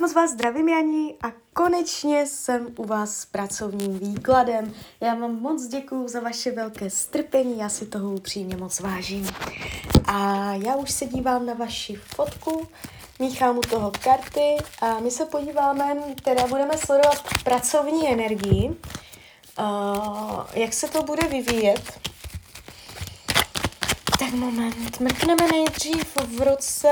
moc vás zdravím, Jani, a konečně jsem u vás s pracovním výkladem. Já vám moc děkuju za vaše velké strpení, já si toho upřímně moc vážím. A já už se dívám na vaši fotku, míchám u toho karty a my se podíváme, teda budeme sledovat pracovní energii, jak se to bude vyvíjet. Tak moment, mrkneme nejdřív v roce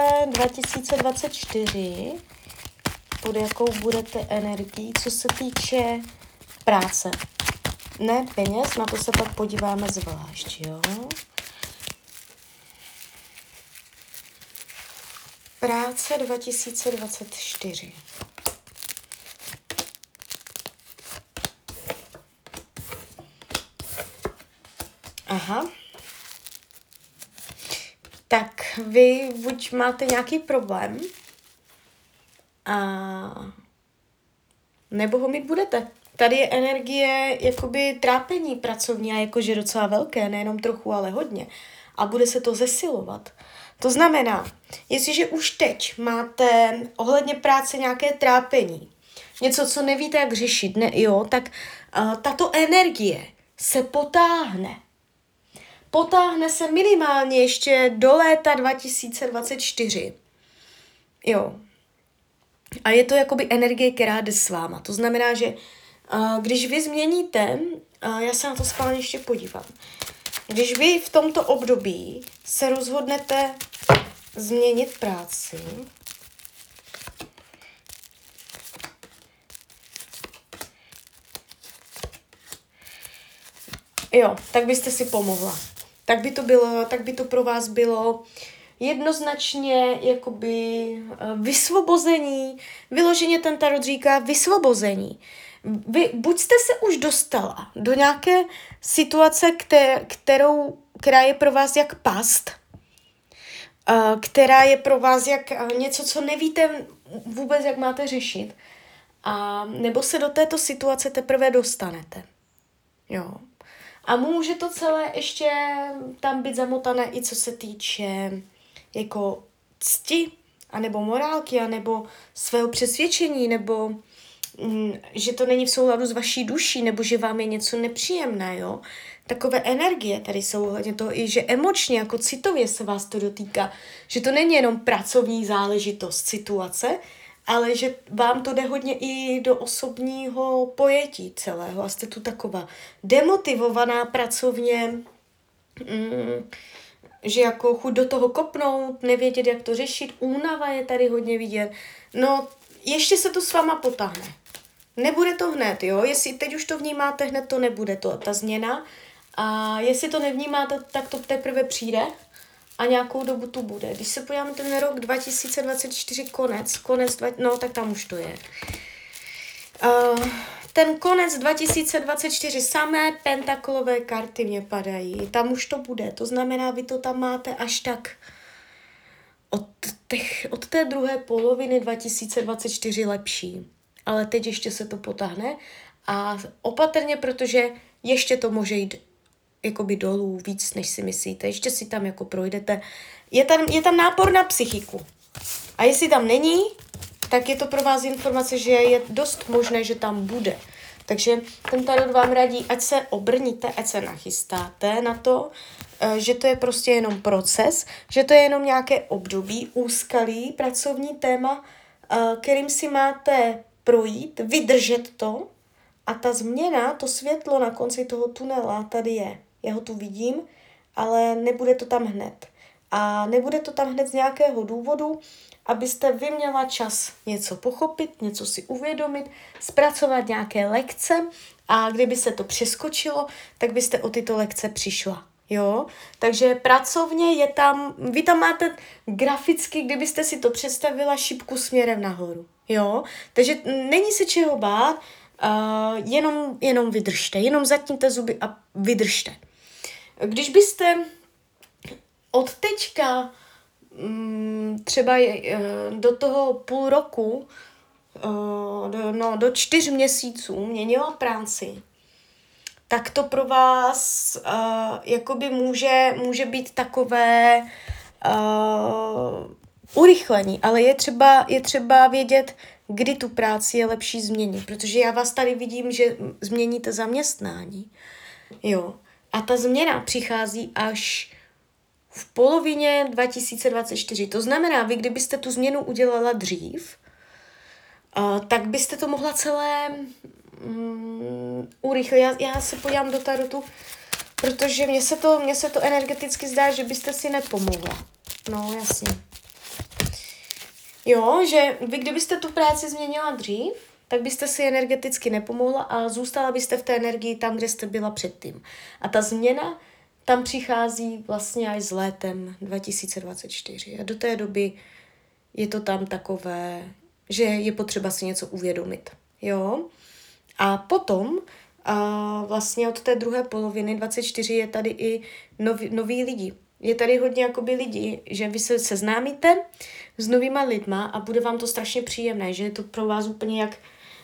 2024, pod jakou budete energii, co se týče práce. Ne peněz, na to se pak podíváme zvlášť, jo. Práce 2024. Aha. Tak vy buď máte nějaký problém, nebo ho mít budete. Tady je energie jakoby trápení pracovní a jakože docela velké, nejenom trochu, ale hodně. A bude se to zesilovat. To znamená, jestliže už teď máte ohledně práce nějaké trápení, něco, co nevíte, jak řešit, tak tato energie se potáhne. Potáhne se minimálně ještě do léta 2024. Jo. A je to jakoby energie, která jde s váma. To znamená, že když vy změníte, já se na to schválně ještě podívám, když vy v tomto období se rozhodnete změnit práci, jo, tak byste si pomohla. Tak by to pro vás bylo jednoznačně jakoby vysvobození, vyloženě ten tarot říká vysvobození. Vy buď jste se už dostala do nějaké situace, která je pro vás jak past, která je pro vás jak něco, co nevíte vůbec, jak máte řešit, nebo se do této situace teprve dostanete. Jo. A může to celé ještě tam být zamotané i co se týče jako cti, anebo morálky, anebo svého přesvědčení, nebo že to není v souladu s vaší duší, nebo že vám je něco nepříjemné, jo. Takové energie tady jsou ohledně toho, i že emočně, jako citově se vás to dotýká, že to není jenom pracovní záležitost situace, ale že vám to jde hodně i do osobního pojetí celého a jste tu taková demotivovaná pracovně, že jako chuť do toho kopnout, nevědět, jak to řešit, únava je tady hodně vidět. No, ještě se to s váma potáhne. Nebude to hned, jo? Jestli teď už to vnímáte hned, to nebude ta změna. A jestli to nevnímáte, tak to teprve přijde a nějakou dobu tu bude. Když se podíváme ten rok 2024 tak tam už to je. Ten konec 2024, samé pentaklové karty mě padají, tam už to bude, to znamená, vy to tam máte až tak od té druhé poloviny 2024 lepší, ale teď ještě se to potáhne a opatrně, protože ještě to může jít jakoby dolů víc, než si myslíte, ještě si tam jako projdete, je tam nápor na psychiku a jestli tam není, tak je to pro vás informace, že je dost možné, že tam bude. Takže ten tarot vám radí, ať se obrníte, ať se nachystáte na to, že to je prostě jenom proces, že to je jenom nějaké období, úskalí, pracovní téma, kterým si máte projít, vydržet to a ta změna, to světlo na konci toho tunela tady je. Já ho tu vidím, ale nebude to tam hned. A nebude to tam hned z nějakého důvodu, abyste vy měla čas něco pochopit, něco si uvědomit, zpracovat nějaké lekce a kdyby se to přeskočilo, tak byste o tyto lekce přišla. Jo? Takže pracovně je tam, vy tam máte graficky, kdybyste si to představila, šipku směrem nahoru. Jo? Takže není se čeho bát, jenom vydržte, jenom zatněte zuby a vydržte. Když byste od teďka třeba do toho půl roku, do 4 měsíců měnila práci, tak to pro vás jakoby může být takové urychlení, ale je třeba vědět, kdy tu práci je lepší změnit, protože já vás tady vidím, že změníte zaměstnání, jo, a ta změna přichází až v polovině 2024. To znamená, vy kdybyste tu změnu udělala dřív, tak byste to mohla celé urychlit. Já se podívám do tarotu, protože mně se to energeticky zdá, že byste si nepomohla. No, jasně. Jo, že vy kdybyste tu práci změnila dřív, tak byste si energeticky nepomohla a zůstala byste v té energii tam, kde jste byla předtím. A ta změna tam přichází vlastně až s létem 2024. A do té doby je to tam takové, že je potřeba si něco uvědomit. Jo? A potom vlastně od té druhé poloviny 24 je tady i noví lidi. Je tady hodně jakoby lidí, že vy se seznámíte s novýma lidma a bude vám to strašně příjemné, že je to pro vás úplně jak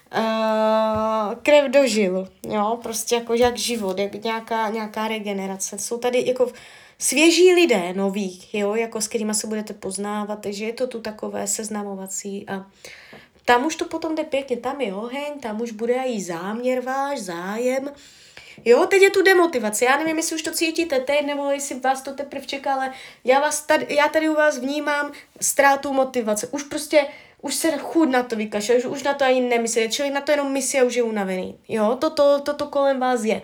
krev do žil, jo, prostě jako jak život, jak nějaká regenerace. Jsou tady jako svěží lidé noví, jo, jako s kterýma se budete poznávat, takže je to tu takové seznamovací a tam už to potom jde pěkně, tam je oheň, tam už bude i záměr váš, zájem. Jo, teď je tu demotivace. Já nevím, jestli už to cítíte teď, nebo jestli vás to teprve čeká, ale já tady u vás vnímám ztrátu motivace. Už se chuť na to vykašle, už na to ani nemyslí. Člověk na to jenom myslí a už je unavený. Jo, toto kolem vás je.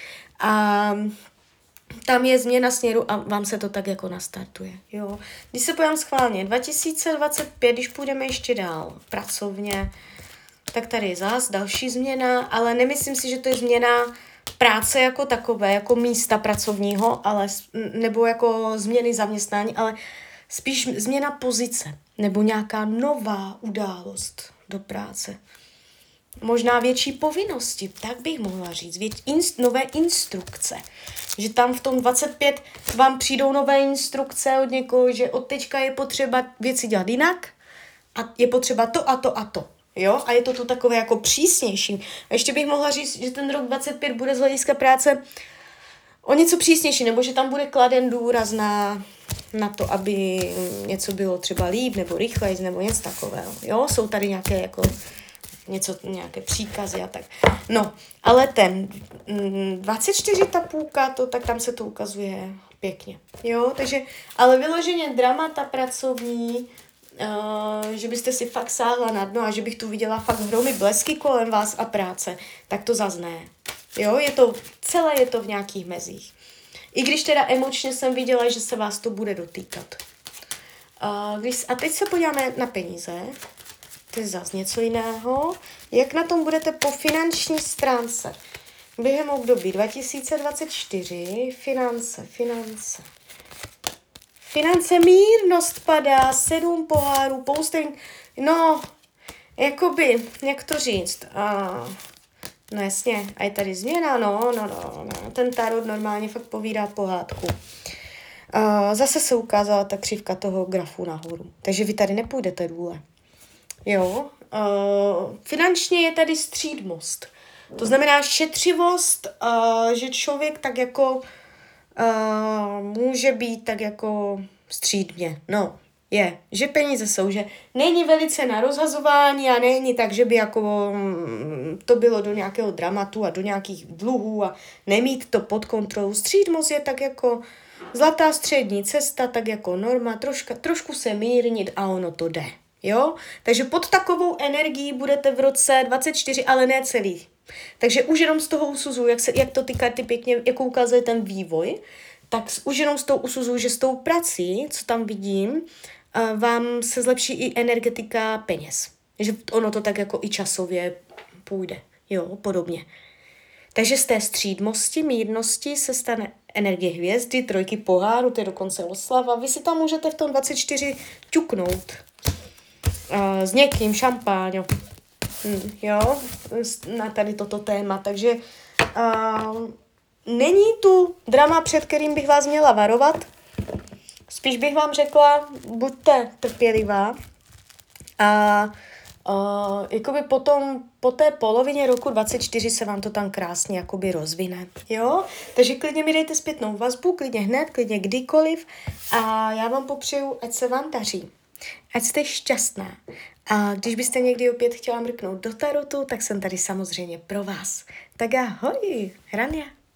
A tam je změna směru a vám se to tak jako nastartuje. Jo. Když se pojďám schválně, 2025, když půjdeme ještě dál pracovně, tak tady je zás další změna, ale nemyslím si, že to je změna práce jako takové, jako místa pracovního, nebo jako změny zaměstnání, ale spíš změna pozice, nebo nějaká nová událost do práce. Možná větší povinnosti, tak bych mohla říct. Nové instrukce. Že tam v tom 25 vám přijdou nové instrukce od někoho, že od teďka je potřeba věci dělat jinak a je potřeba to a to a to. Jo? A je to tu takové jako přísnější. A ještě bych mohla říct, že ten rok 25 bude z hlediska práce o něco přísnější, nebo že tam bude kladen důraz na to, aby něco bylo třeba líp, nebo rychlejš, nebo něco takového. Jo? Jsou tady nějaké jako nějaké příkazy a tak. No, ale ten 24 ta půlka, tak tam se to ukazuje pěkně. Jo, takže, ale vyloženě dramata pracovní, že byste si fakt sáhla na dno a že bych tu viděla fakt hromy blesky kolem vás a práce, tak to zas ne. Jo, celé je to v nějakých mezích. I když teda emočně jsem viděla, že se vás to bude dotýkat. A teď se podíváme na peníze. To je zase něco jiného. Jak na tom budete po finanční stránce? Během období 2024 finance, mírnost padá, 7 pohárů, no, jakoby, jak to říct, no jasně, a je tady změna, no, ten tarot normálně fakt povídá pohádku. Zase se ukázala ta křivka toho grafu nahoru, takže vy tady nepůjdete důle. Jo, finančně je tady střídmost. To znamená šetřivost, že člověk tak jako může být tak jako střídmě. No, že peníze jsou, že není velice na rozhazování a není tak, že by jako to bylo do nějakého dramatu a do nějakých dluhů a nemít to pod kontrolou. Střídmost je tak jako zlatá střední cesta, tak jako norma, trošku se mírnit a ono to jde. Jo? Takže pod takovou energií budete v roce 24, ale ne celý. Takže už jenom z toho usuzuju, jak to ty karty pěkně, jako ukazuje ten vývoj, tak už jenom z toho usuzuju, že s tou prací, co tam vidím, vám se zlepší i energetika peněz. Že ono to tak jako i časově půjde. Jo, podobně. Takže z té střídmosti, mírnosti se stane energie hvězdy, 3 poháru, to je dokonce oslava. Vy si tam můžete v tom 24 ťuknout. S někým, šampáň, jo, na tady toto téma, takže není tu drama, před kterým bych vás měla varovat, spíš bych vám řekla, buďte trpělivá a jakoby potom, po té polovině roku 24 se vám to tam krásně jakoby rozvine, jo, takže klidně mi dejte zpětnou vazbu, klidně hned, klidně kdykoliv a já vám popřeju, ať se vám daří. ať jste šťastná. A když byste někdy opět chtěla mrknout do tarotu, tak jsem tady samozřejmě pro vás. Tak ahoj, Rania.